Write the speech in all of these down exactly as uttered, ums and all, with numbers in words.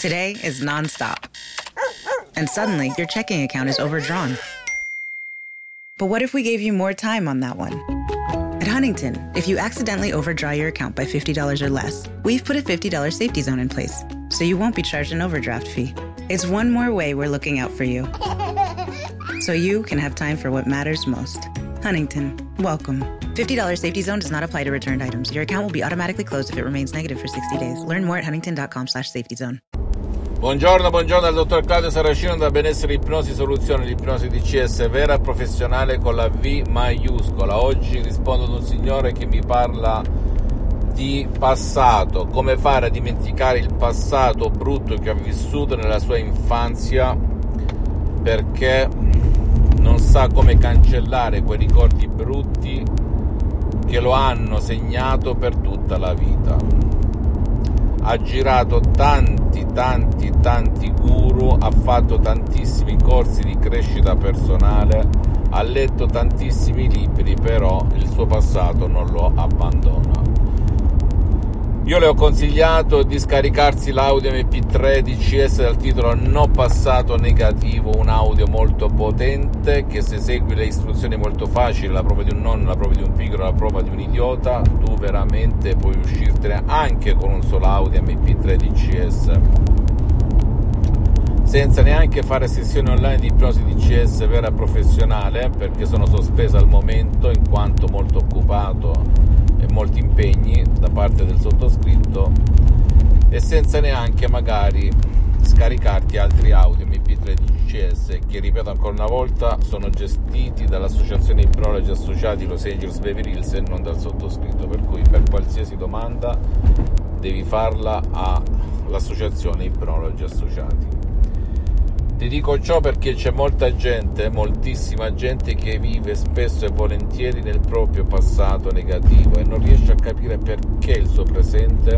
Today is nonstop. And suddenly, your checking account is overdrawn. But what if we gave you more time on that one? At Huntington, if you accidentally overdraw your account by fifty dollars or less, we've put a fifty dollars safety zone in place, so you won't be charged an overdraft fee. It's one more way we're looking out for you, so you can have time for what matters most. Huntington, welcome. fifty dollars safety zone does not apply to returned items. Your account will be automatically closed if it remains negative for sixty days. Learn more at huntington.com slash safety zone. Buongiorno, buongiorno dal dottor Claudio Saracino da Benessere Ipnosi Soluzione, l'ipnosi D C S vera e professionale con la V maiuscola. Oggi rispondo ad un signore che mi parla di passato, come fare a dimenticare il passato brutto che ha vissuto nella sua infanzia, perché non sa come cancellare quei ricordi brutti che lo hanno segnato per tutta la vita. Ha girato tanti, tanti, tanti guru, ha fatto tantissimi corsi di crescita personale, ha letto tantissimi libri, però il suo passato non lo abbandona. Io le ho consigliato di scaricarsi l'audio M P tre D C S dal titolo No passato negativo, un audio molto potente che, se segui le istruzioni molto facili, la prova di un nonno, la prova di un pigro, la prova di un idiota, tu veramente puoi uscirtene anche con un solo audio M P tre D C S, senza neanche fare sessioni online di ipnosi D C S vera e professionale, perché sono sospesa al momento in quanto molto occupato e molti impegni da parte del sottoscritto, e senza neanche magari scaricarti altri audio M P tre D C S che, ripeto ancora una volta, sono gestiti dall'associazione Ipnologi Associati Los Angeles Beverly Hills e non dal sottoscritto, per cui per qualsiasi domanda devi farla all'associazione Ipnologi Associati. Ti dico ciò perché c'è molta gente, moltissima gente che vive spesso e volentieri nel proprio passato negativo e non riesce a capire perché il suo presente,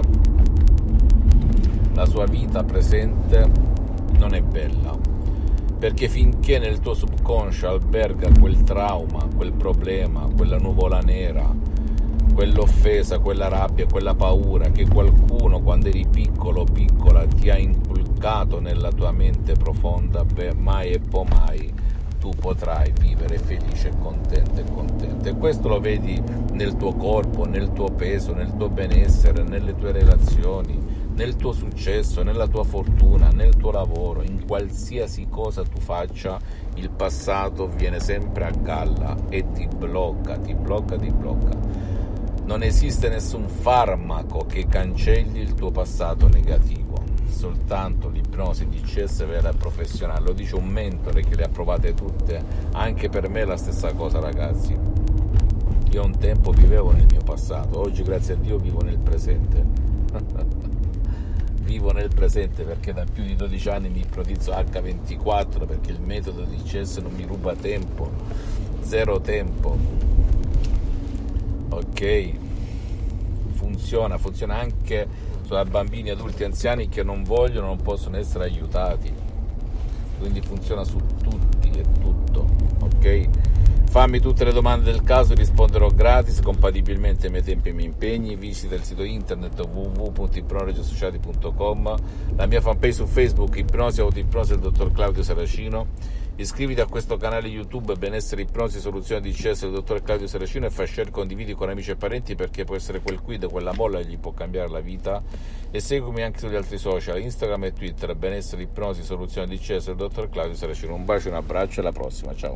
la sua vita presente, non è bella. Perché finché nel tuo subconscio alberga quel trauma, quel problema, quella nuvola nera, quell'offesa, quella rabbia, quella paura che qualcuno quando eri piccolo o piccola ti ha inculcato nella tua mente profonda, beh, mai e poi mai tu potrai vivere felice, contento e contento. E questo lo vedi nel tuo corpo, nel tuo peso, nel tuo benessere, nelle tue relazioni, nel tuo successo, nella tua fortuna, nel tuo lavoro, in qualsiasi cosa tu faccia, il passato viene sempre a galla e ti blocca, ti blocca, ti blocca. Non esiste nessun farmaco che cancelli il tuo passato negativo, soltanto l'ipnosi D C S vera e professionale. Lo dice un mentore che le ha provate tutte, anche per me è la stessa cosa, ragazzi. Io un tempo vivevo nel mio passato, oggi grazie a Dio vivo nel presente. Vivo nel presente perché da più di dodici anni mi ipnotizzo acca ventiquattro, perché il metodo D C S non mi ruba tempo, zero tempo. Ok, funziona, funziona anche su bambini, adulti, anziani che non vogliono, non possono essere aiutati, quindi funziona su tutti e tutto, ok? Fammi tutte le domande del caso, risponderò gratis, compatibilmente ai miei tempi e ai miei impegni. Visita il sito internet w w w punto ipnologi associati punto com, la mia fanpage su Facebook, Ipnosi Autoipnosi del dottor Claudio Saracino. Iscriviti a questo canale YouTube Benessere Ipnosi Soluzione D C S del dottor Claudio Saracino e fai share, condividi con amici e parenti, perché può essere quel quid, quella molla che gli può cambiare la vita. E seguimi anche sugli altri social, Instagram e Twitter, Benessere Ipnosi Soluzione D C S del dottor Claudio Saracino. Un bacio, un abbraccio e alla prossima, ciao.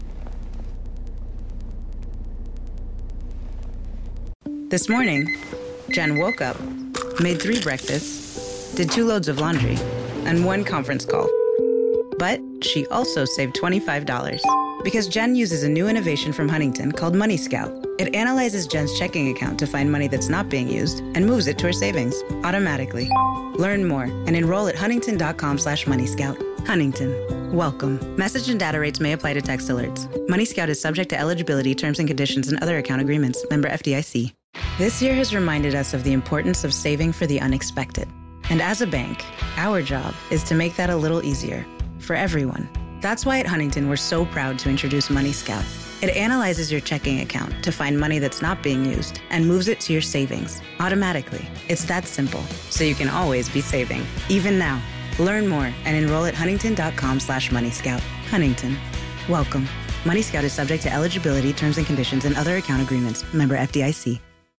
This morning, Jen woke up, made three breakfasts, did two loads of laundry, and one conference call. But she also saved twenty-five dollars because Jen uses a new innovation from Huntington called Money Scout. It analyzes Jen's checking account to find money that's not being used and moves it to her savings automatically. Learn more and enroll at huntington.com slash money scout. Huntington, welcome. Message and data rates may apply to text alerts. Money Scout is subject to eligibility, terms and conditions, and other account agreements. Member F D I C. This year has reminded us of the importance of saving for the unexpected. And as a bank, our job is to make that a little easier for everyone. That's why at Huntington, we're so proud to introduce Money Scout. It analyzes your checking account to find money that's not being used and moves it to your savings automatically. It's that simple, so you can always be saving, even now. Learn more and enroll at huntington.com slash moneyscout. Huntington. Welcome. MoneyScout is subject to eligibility, terms and conditions, and other account agreements. Member F D I C.